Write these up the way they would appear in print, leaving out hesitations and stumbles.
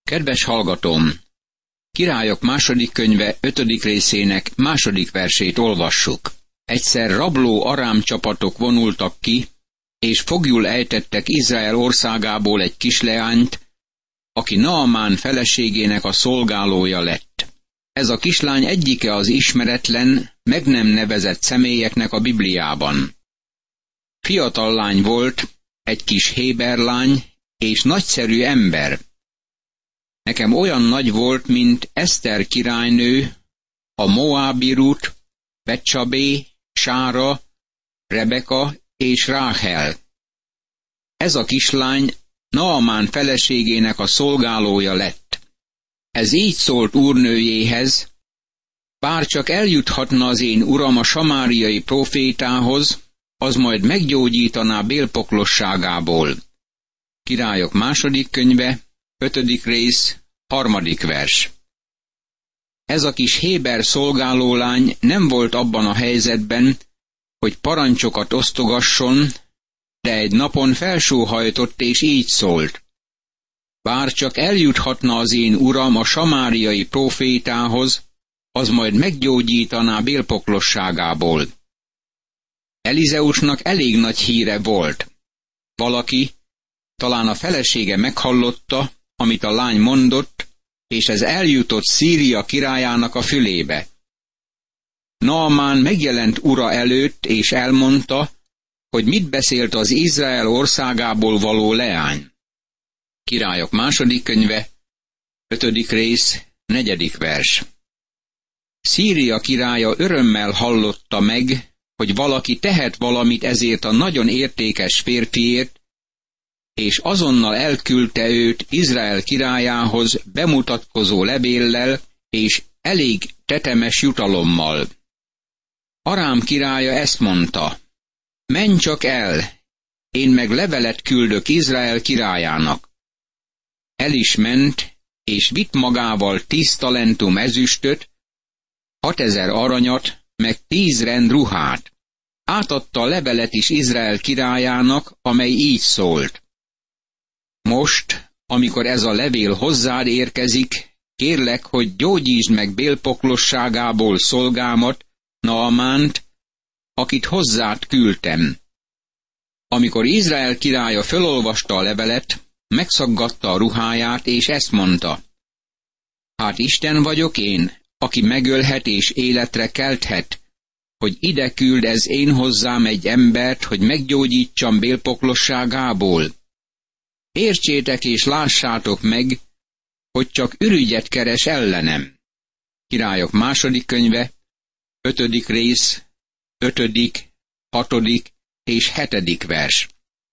Kedves hallgatóm! Királyok második könyve 5. részének második versét olvassuk. Egyszer rabló arám csapatok vonultak ki, és foglyul ejtettek Izrael országából egy kisleányt, aki Naamán feleségének a szolgálója lett. Ez a kislány egyike az ismeretlen, meg nem nevezett személyeknek a Bibliában. Fiatal lány volt, egy kis héberlány, és nagyszerű ember. Nekem olyan nagy volt, mint Eszter királynő, a Moábi Rut, Becsabé, Sára, Rebeka és Ráhel. Ez a kislány Naamán feleségének a szolgálója lett. Ez így szólt úrnőjéhez: bárcsak eljuthatna az én uram a samáriai prófétához, az majd meggyógyítaná bélpoklosságából. Királyok második könyve, 5. rész, 3. vers. Ez a kis héber szolgálólány nem volt abban a helyzetben, hogy parancsokat osztogasson, de egy napon felsóhajtott és így szólt: bárcsak eljuthatna az én uram a samáriai prófétához, az majd meggyógyítaná bélpoklosságából. Elizeusnak elég nagy híre volt. Valaki, talán a felesége meghallotta, amit a lány mondott, és ez eljutott Szíria királyának a fülébe. Naamán megjelent ura előtt, és elmondta, hogy mit beszélt az Izrael országából való leány. Királyok második könyve, 5. rész, 4. vers. Szíria királya örömmel hallotta meg, hogy valaki tehet valamit ezért a nagyon értékes férfiért, és azonnal elküldte őt Izrael királyához bemutatkozó levéllel és elég tetemes jutalommal. Arám királya ezt mondta: menj csak el, én meg levelet küldök Izrael királyának. El is ment, és vitt magával 10 talentum ezüstöt, 6000 aranyat, meg 10 rend ruhát. Átadta a levelet is Izrael királyának, amely így szólt: most, amikor ez a levél hozzád érkezik, kérlek, hogy gyógyítsd meg bélpoklosságából szolgámat, Naamánt, akit hozzád küldtem. Amikor Izrael királya fölolvasta a levelet, megszaggatta a ruháját, és ezt mondta: hát Isten vagyok én, aki megölhet és életre kelthet, hogy ide küld ez én hozzám egy embert, hogy meggyógyítsam bélpoklosságából. Értsétek és lássátok meg, hogy csak ürügyet keres ellenem. Királyok második könyve, 5. rész, 5., 6. és 7. vers.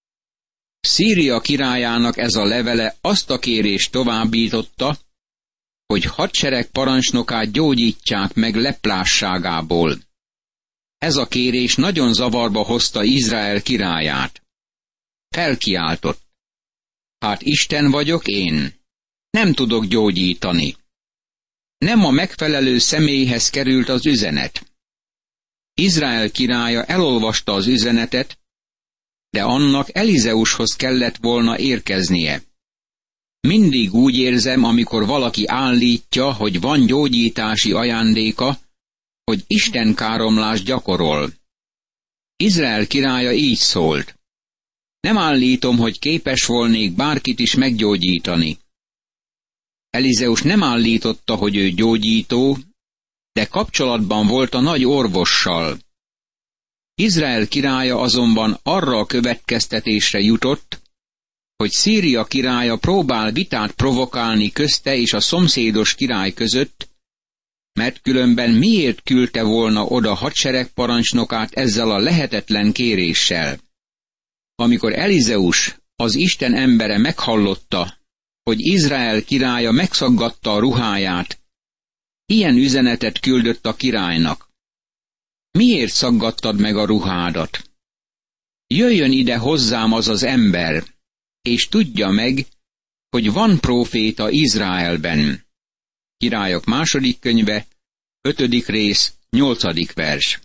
Szíria királyának ez a levele azt a kérést továbbította, hogy hadsereg parancsnokát gyógyítsák meg leplásságából. Ez a kérés nagyon zavarba hozta Izrael királyát. Felkiáltott: hát Isten vagyok én, nem tudok gyógyítani. Nem a megfelelő személyhez került az üzenet. Izrael királya elolvasta az üzenetet, de annak Elizeushoz kellett volna érkeznie. Mindig úgy érzem, amikor valaki állítja, hogy van gyógyítási ajándéka, hogy istenkáromlást gyakorol. Izrael királya így szólt: nem állítom, hogy képes volnék bárkit is meggyógyítani. Elizeus nem állította, hogy ő gyógyító, de kapcsolatban volt a nagy orvossal. Izrael királya azonban arra a következtetésre jutott, hogy Szíria királya próbál vitát provokálni közte és a szomszédos király között, mert különben miért küldte volna oda hadseregparancsnokát ezzel a lehetetlen kéréssel? Amikor Elizeus, az Isten embere meghallotta, hogy Izrael királya megszaggatta a ruháját, ilyen üzenetet küldött a királynak: miért szaggattad meg a ruhádat? Jöjjön ide hozzám az az ember, és tudja meg, hogy van próféta Izraelben. Királyok második könyve, 5. rész, 8. vers.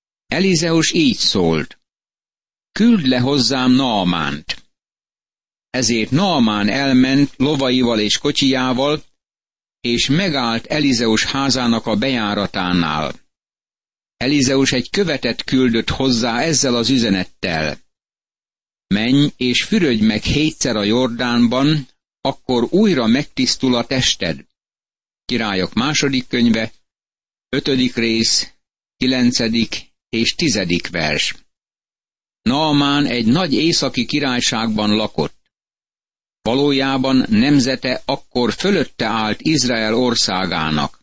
Elizeus így szólt: küld le hozzám Naamánt. Ezért Naamán elment lovaival és kocsijával, és megállt Elizeus házának a bejáratánál. Elizeus egy követet küldött hozzá ezzel az üzenettel: menj és fürödj meg 7-szer a Jordánban, akkor újra megtisztul a tested. Királyok második könyve, 5. rész, 9. és 10. vers. Naamán egy nagy északi királyságban lakott. Valójában nemzete akkor fölötte állt Izrael országának.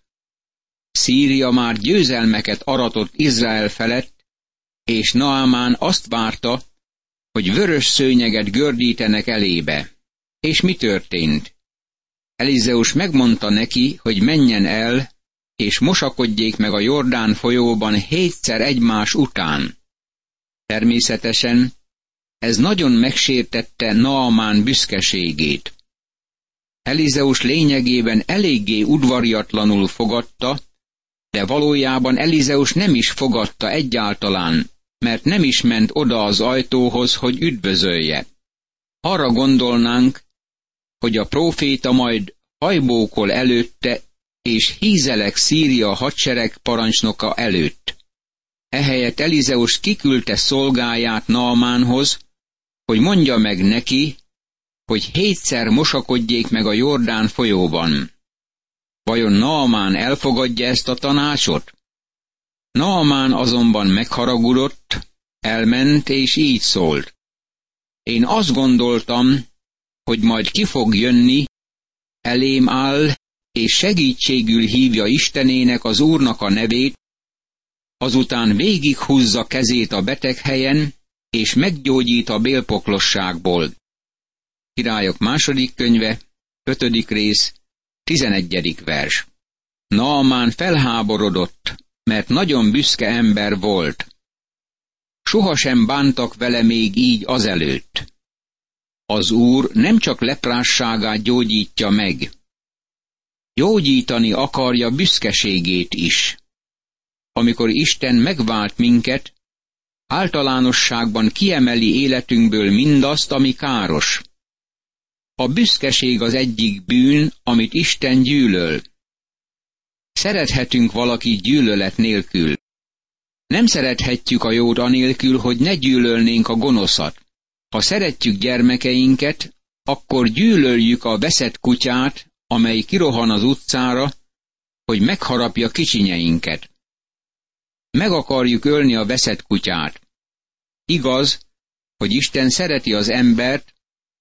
Szíria már győzelmeket aratott Izrael felett, és Naamán azt várta, hogy vörös szőnyeget gördítenek elébe. És mi történt? Elizeus megmondta neki, hogy menjen el, és mosakodjék meg a Jordán folyóban 7-szer egymás után. Természetesen ez nagyon megsértette Naamán büszkeségét. Elizeus lényegében eléggé udvariatlanul fogadta, de valójában Elizeus nem is fogadta egyáltalán, mert nem is ment oda az ajtóhoz, hogy üdvözölje. Arra gondolnánk, hogy a próféta majd hajbókol előtte, és hízelek Szíria hadsereg parancsnoka előtt. Ehelyett Elizeus kiküldte szolgáját Naamánhoz, hogy mondja meg neki, hogy 7-szer mosakodjék meg a Jordán folyóban. Vajon Naamán elfogadja ezt a tanácsot? Naamán azonban megharagudott, elment és így szólt: én azt gondoltam, hogy majd ki fog jönni, elém áll, és segítségül hívja Istenének, az Úrnak a nevét, azután végighúzza kezét a beteg helyen, és meggyógyít a bélpoklosságból. Királyok második könyve, 5. rész, 11. vers. Naamán felháborodott, mert nagyon büszke ember volt. Sohasem bántak vele még így azelőtt. Az Úr nem csak leprásságát gyógyítja meg, gyógyítani akarja büszkeségét is. Amikor Isten megvált minket, általánosságban kiemeli életünkből mindazt, ami káros. A büszkeség az egyik bűn, amit Isten gyűlöl. Szerethetünk valakit gyűlölet nélkül. Nem szerethetjük a jót anélkül, hogy ne gyűlölnénk a gonoszat. Ha szeretjük gyermekeinket, akkor gyűlöljük a veszett kutyát, amely kirohan az utcára, hogy megharapja kicsinyeinket. Meg akarjuk ölni a veszett kutyát. Igaz, hogy Isten szereti az embert,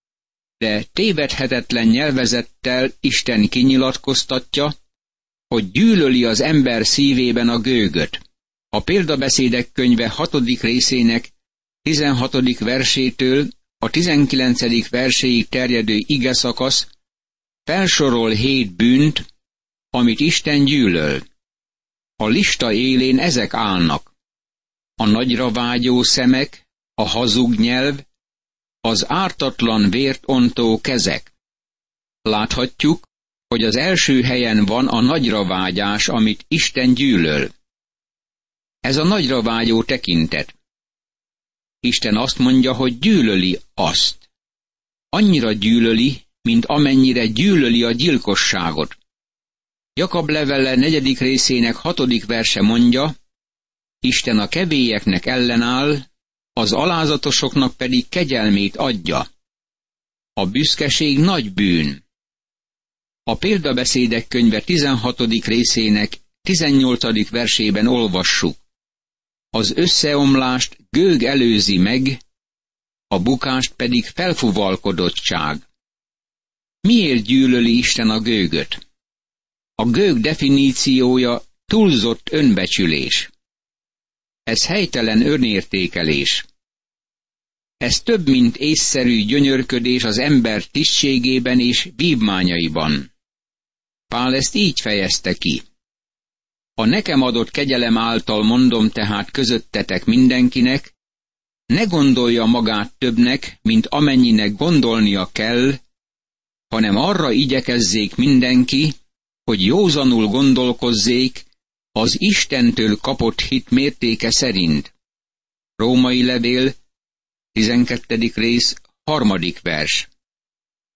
de tévedhetetlen nyelvezettel Isten kinyilatkoztatja, hogy gyűlöli az ember szívében a gőgöt. A Példabeszédek könyve 6. részének 16. versétől a 19. verséig terjedő igeszakasz felsorol 7 bűnt, amit Isten gyűlöl. A lista élén ezek állnak: a nagyra vágyó szemek, a hazug nyelv, az ártatlan vért ontó kezek. Láthatjuk, hogy az első helyen van a nagyra vágyás, amit Isten gyűlöl. Ez a nagyra vágyó tekintet. Isten azt mondja, hogy gyűlöli azt. Annyira gyűlöli, mint amennyire gyűlöli a gyilkosságot. Jakab levele 4. részének 6. verse mondja: Isten a kevélyeknek ellenáll, az alázatosoknak pedig kegyelmét adja. A büszkeség nagy bűn. A Példabeszédek könyve 16. részének 18. versében olvassuk: az összeomlást gőg előzi meg, a bukást pedig felfuvalkodottság. Miért gyűlöli Isten a gőgöt? A gőg definíciója túlzott önbecsülés. Ez helytelen önértékelés. Ez több, mint észszerű gyönyörködés az ember tisztségében és vívmányaiban. Pál ezt így fejezte ki: a nekem adott kegyelem által mondom tehát közöttetek mindenkinek, ne gondolja magát többnek, mint amennyinek gondolnia kell, hanem arra igyekezzék mindenki, hogy józanul gondolkozzék az Istentől kapott hit mértéke szerint. Római levél, 12. rész, 3. vers.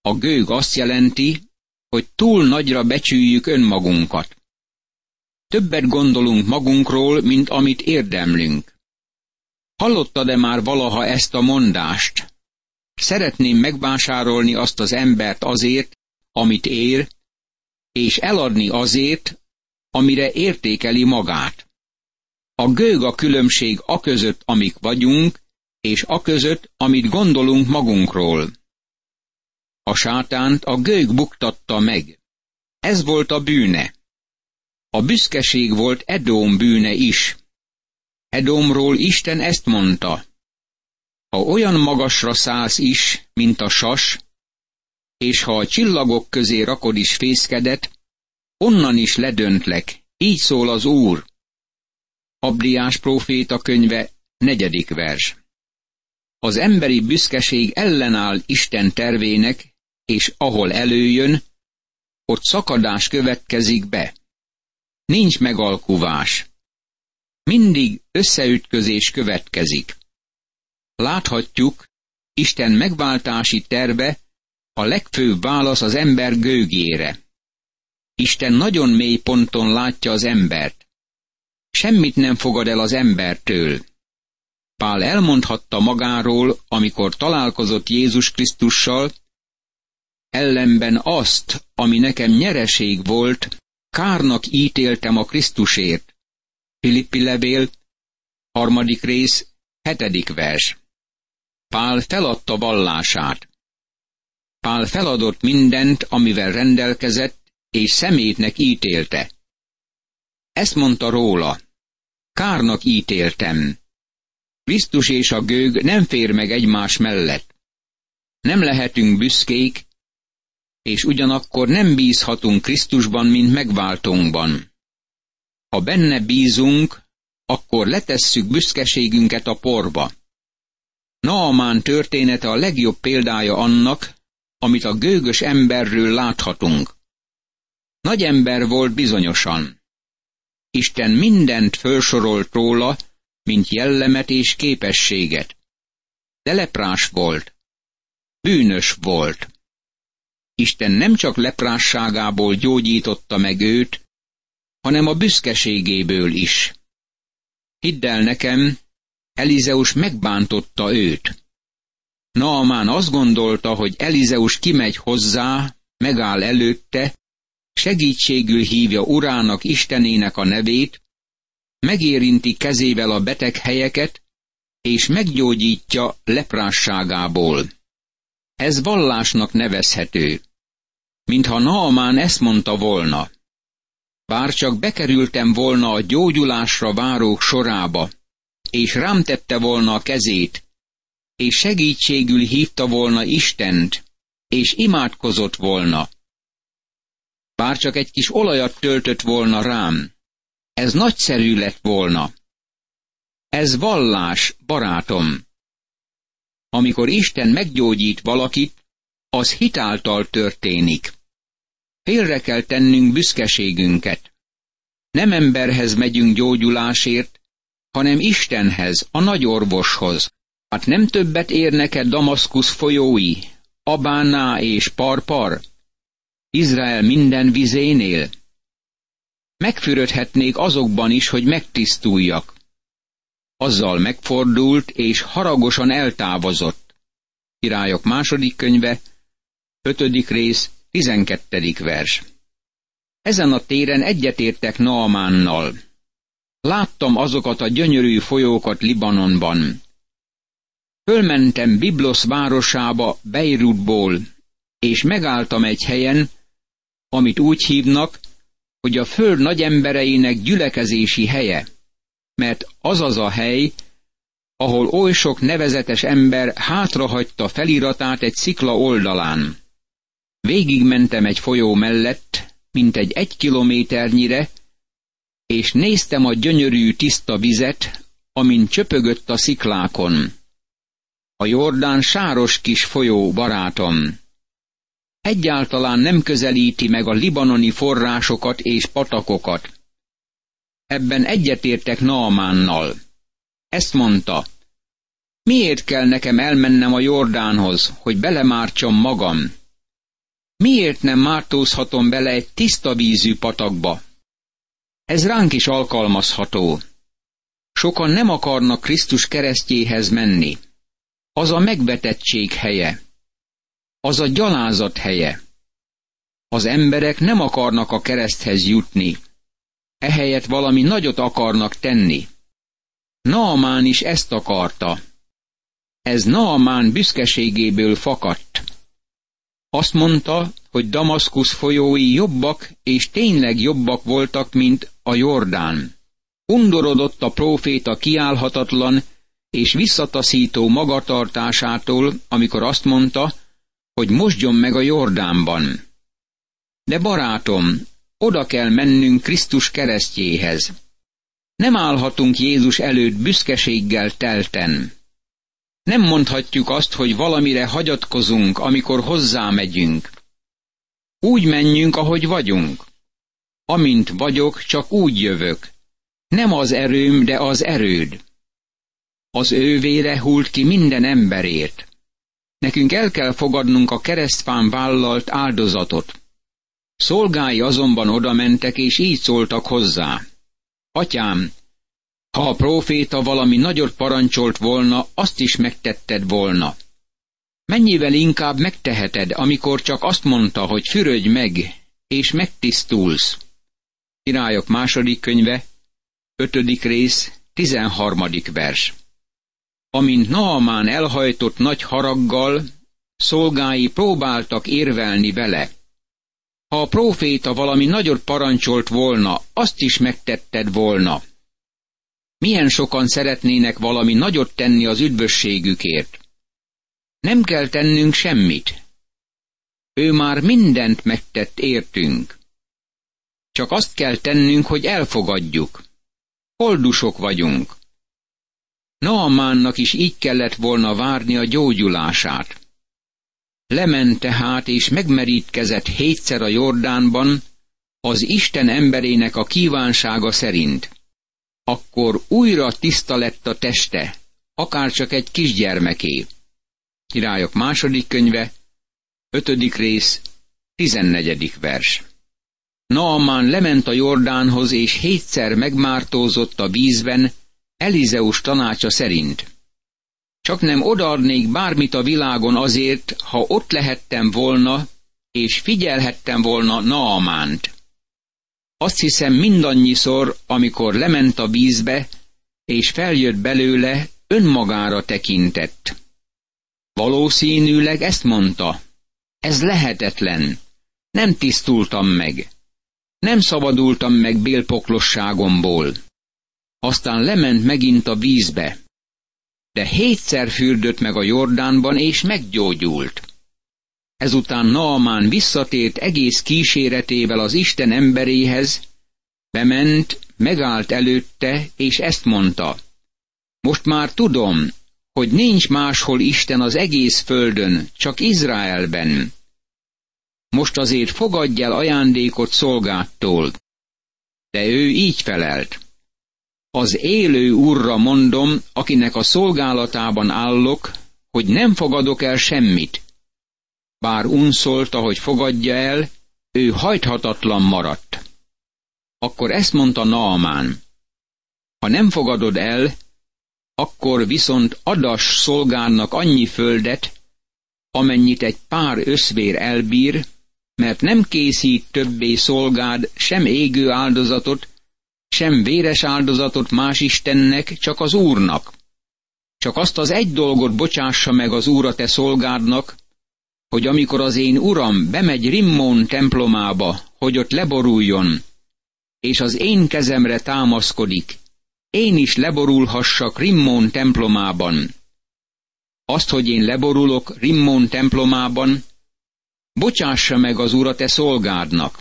A gőg azt jelenti, hogy túl nagyra becsüljük önmagunkat. Többet gondolunk magunkról, mint amit érdemlünk. Hallottad-e már valaha ezt a mondást? Szeretném megvásárolni azt az embert azért, amit ér, és eladni azért, amire értékeli magát. A gőg a különbség aközött, amik vagyunk, és aközött, amit gondolunk magunkról. A sátánt a gőg buktatta meg. Ez volt a bűne. A büszkeség volt Edóm bűne is. Edomról Isten ezt mondta: ha olyan magasra szállsz is, mint a sas, és ha a csillagok közé rakod is fészkedet, onnan is ledöntlek, így szól az Úr. Abdiás próféta könyve, 4. vers. Az emberi büszkeség ellenáll Isten tervének, és ahol előjön, ott szakadás következik be. Nincs megalkuvás. Mindig összeütközés következik. Láthatjuk, Isten megváltási terve a legfőbb válasz az ember gőgjére. Isten nagyon mély ponton látja az embert. Semmit nem fogad el az embertől. Pál elmondhatta magáról, amikor találkozott Jézus Krisztussal, ellenben azt, ami nekem nyereség volt, kárnak ítéltem a Krisztusért. Filippi levél, 3. rész, 7. vers. Pál feladta vallását. Pál feladott mindent, amivel rendelkezett, és szemétnek ítélte. Ezt mondta róla: kárnak ítéltem. Krisztus és a gőg nem fér meg egymás mellett. Nem lehetünk büszkék, és ugyanakkor nem bízhatunk Krisztusban, mint megváltónkban. Ha benne bízunk, akkor letesszük büszkeségünket a porba. Naamán története a legjobb példája annak, amit a gőgös emberről láthatunk. Nagy ember volt bizonyosan. Isten mindent fölsorolt róla, mint jellemet és képességet. De leprás volt. Bűnös volt. Isten nem csak leprásságából gyógyította meg őt, hanem a büszkeségéből is. Hidd el nekem, Elizeus megbántotta őt. Naamán azt gondolta, hogy Elizeus kimegy hozzá, megáll előtte, segítségül hívja urának, Istenének a nevét, megérinti kezével a beteg helyeket, és meggyógyítja leprásságából. Ez vallásnak nevezhető. Mintha Naamán ezt mondta volna: bár csak bekerültem volna a gyógyulásra várók sorába, és rám tette volna a kezét, és segítségül hívta volna Istent, és imádkozott volna. Bár csak egy kis olajat töltött volna rám, ez nagyszerű lett volna. Ez vallás, barátom. Amikor Isten meggyógyít valakit, az hitáltal történik. Félre kell tennünk büszkeségünket. Nem emberhez megyünk gyógyulásért, hanem Istenhez, a nagy orvoshoz. Hát nem többet érnek-e Damaszkusz folyói, Abáná és Parpar, Izrael minden vizénél? Megfürödhetnék azokban is, hogy megtisztuljak. Azzal megfordult, és haragosan eltávozott. Királyok 2. könyve, 5. rész, 12. vers. Ezen a téren egyetértek Naamánnal. Láttam azokat a gyönyörű folyókat Libanonban. Fölmentem Biblosz városába Beirutból, és megálltam egy helyen, amit úgy hívnak, hogy a föld nagy embereinek gyülekezési helye, mert az a hely, ahol oly sok nevezetes ember hátrahagyta feliratát egy szikla oldalán. Végigmentem egy folyó mellett, mintegy 1 kilométernyire, és néztem a gyönyörű tiszta vizet, amin csöpögött a sziklákon. A Jordán sáros kis folyó, barátom. Egyáltalán nem közelíti meg a libanoni forrásokat és patakokat. Ebben egyetértek Naamánnal. Ezt mondta: miért kell nekem elmennem a Jordánhoz, hogy belemártsam magam? Miért nem mártózhatom bele egy tiszta vízű patakba? Ez ránk is alkalmazható. Sokan nem akarnak Krisztus keresztjéhez menni. Az a megvetettség helye. Az a gyalázat helye. Az emberek nem akarnak a kereszthez jutni. Ehelyett valami nagyot akarnak tenni. Naamán is ezt akarta. Ez Naamán büszkeségéből fakadt. Azt mondta, hogy Damaszkusz folyói jobbak, és tényleg jobbak voltak, mint a Jordán. Undorodott a próféta kiállhatatlan és visszataszító magatartásától, amikor azt mondta, hogy mosdjon meg a Jordánban. De barátom, oda kell mennünk Krisztus keresztjéhez. Nem állhatunk Jézus előtt büszkeséggel telten. Nem mondhatjuk azt, hogy valamire hagyatkozunk, amikor hozzámegyünk. Úgy menjünk, ahogy vagyunk. Amint vagyok, csak úgy jövök. Nem az erőm, de az erőd. Az ő vére hult ki minden emberért. Nekünk el kell fogadnunk a keresztfán vállalt áldozatot. Szolgái azonban odamentek, és így szóltak hozzá. Atyám, ha a próféta valami nagyot parancsolt volna, azt is megtetted volna. Mennyivel inkább megteheted, amikor csak azt mondta, hogy fürödj meg, és megtisztulsz. Királyok második könyve, 5. rész, 13. vers. Amint Naamán elhajtott nagy haraggal, szolgái próbáltak érvelni vele. Ha a próféta valami nagyot parancsolt volna, azt is megtetted volna. Milyen sokan szeretnének valami nagyot tenni az üdvösségükért. Nem kell tennünk semmit. Ő már mindent megtett értünk. Csak azt kell tennünk, hogy elfogadjuk. Holdusok vagyunk. Naamánnak is így kellett volna várni a gyógyulását. Lement tehát és megmerítkezett 7-szer a Jordánban az Isten emberének a kívánsága szerint. Akkor újra tiszta lett a teste, akárcsak egy kisgyermeké. Királyok második könyve, 5. rész, 14. vers. Naamán lement a Jordánhoz, és 7-szer megmártózott a vízben, Elizeus tanácsa szerint. Csaknem odaadnék bármit a világon azért, ha ott lehettem volna, és figyelhettem volna Naamánt. Azt hiszem mindannyiszor, amikor lement a vízbe, és feljött belőle, önmagára tekintett. Valószínűleg ezt mondta. Ez lehetetlen. Nem tisztultam meg. Nem szabadultam meg bélpoklosságomból. Aztán lement megint a vízbe. De 7-szer fürdött meg a Jordánban, és meggyógyult. Ezután Naamán visszatért egész kíséretével az Isten emberéhez, bement, megállt előtte, és ezt mondta. Most már tudom, hogy nincs máshol Isten az egész földön, csak Izraelben. Most azért fogadj el ajándékot szolgádtól. De ő így felelt. Az élő Úrra mondom, akinek a szolgálatában állok, hogy nem fogadok el semmit. Bár unszolta, hogy fogadja el, ő hajthatatlan maradt. Akkor ezt mondta Naamán. Ha nem fogadod el, akkor viszont adass szolgádnak annyi földet, amennyit egy pár összvér elbír, mert nem készít többé szolgád sem égő áldozatot, sem véres áldozatot más istennek, csak az Úrnak. Csak azt az egy dolgot bocsássa meg az Úr a te szolgádnak, hogy amikor az én uram bemegy Rimmón templomába, hogy ott leboruljon, és az én kezemre támaszkodik, én is leborulhassak Rimmón templomában. Azt, hogy én leborulok Rimmón templomában, bocsássa meg az Úr a te szolgádnak.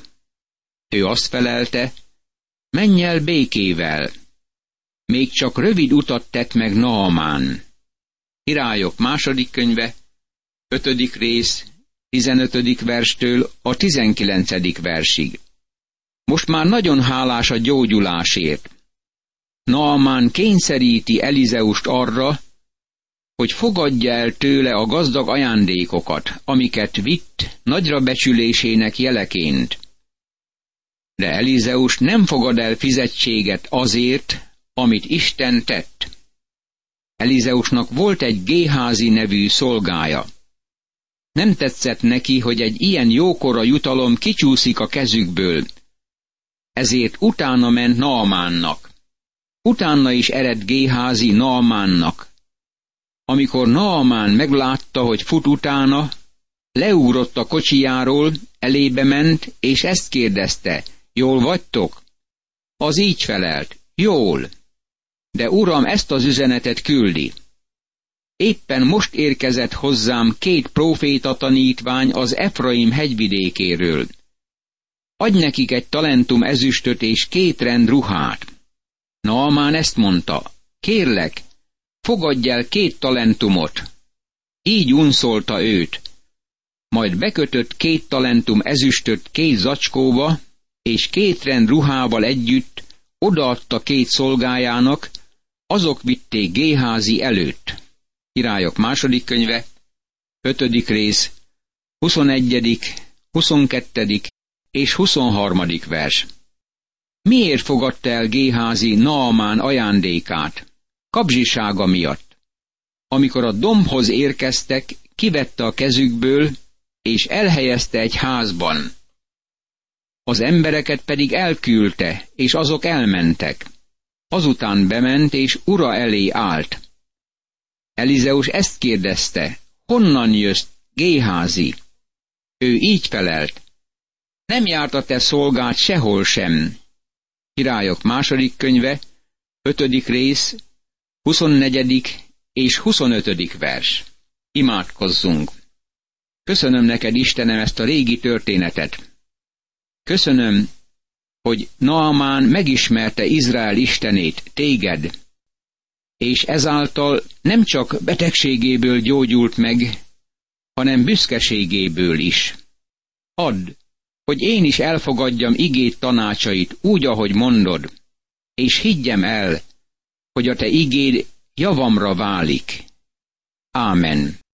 Ő azt felelte, menj el békével. Még csak rövid utat tett meg Naamán. Királyok második könyve, 5. rész, 15. verstől a 19. versig. Most már nagyon hálás a gyógyulásért. Naamán kényszeríti Elizeust arra, hogy fogadja el tőle a gazdag ajándékokat, amiket vitt nagyra becsülésének jeleként. De Elizeus nem fogad el fizetséget azért, amit Isten tett. Elizeusnak volt egy Géházi nevű szolgája. Nem tetszett neki, hogy egy ilyen jókora jutalom kicsúszik a kezükből, ezért utána ment Naamánnak. Utána is eredt Géházi Naamánnak. Amikor Naamán meglátta, hogy fut utána, leugrott a kocsijáról, elébe ment, és ezt kérdezte: jól vagytok? Az így felelt: jól. De uram ezt az üzenetet küldi: éppen most érkezett hozzám 2 próféta tanítvány az Efraim hegyvidékéről. Adj nekik 1 talentum ezüstöt és 2 rend ruhát. Naamán ezt mondta: kérlek, fogadj el 2 talentumot. Így unszolta őt. Majd bekötött 2 talentum ezüstöt 2 zacskóba, és 2 rend ruhával együtt odaadta 2 szolgájának, azok vitték Géházi előtt. Királyok második könyve, 5. rész, 21., 22. és 23. vers. Miért fogadta el Géházi Naamán ajándékát? Kapzsisága miatt. Amikor a dombhoz érkeztek, kivette a kezükből, és elhelyezte egy házban. Az embereket pedig elküldte, és azok elmentek. Azután bement, és ura elé állt. Elizeus ezt kérdezte: honnan jössz, Géházi? Ő így felelt: nem járt a te szolgád sehol sem. Királyok második könyve, 5. rész, 24. és 25. vers. Imádkozzunk! Köszönöm neked, Istenem, ezt a régi történetet. Köszönöm, hogy Naamán megismerte Izrael Istenét, téged, és ezáltal nem csak betegségéből gyógyult meg, hanem büszkeségéből is. Add, hogy én is elfogadjam igéd tanácsait úgy, ahogy mondod, és higgyem el, hogy a te igéd javamra válik. Ámen.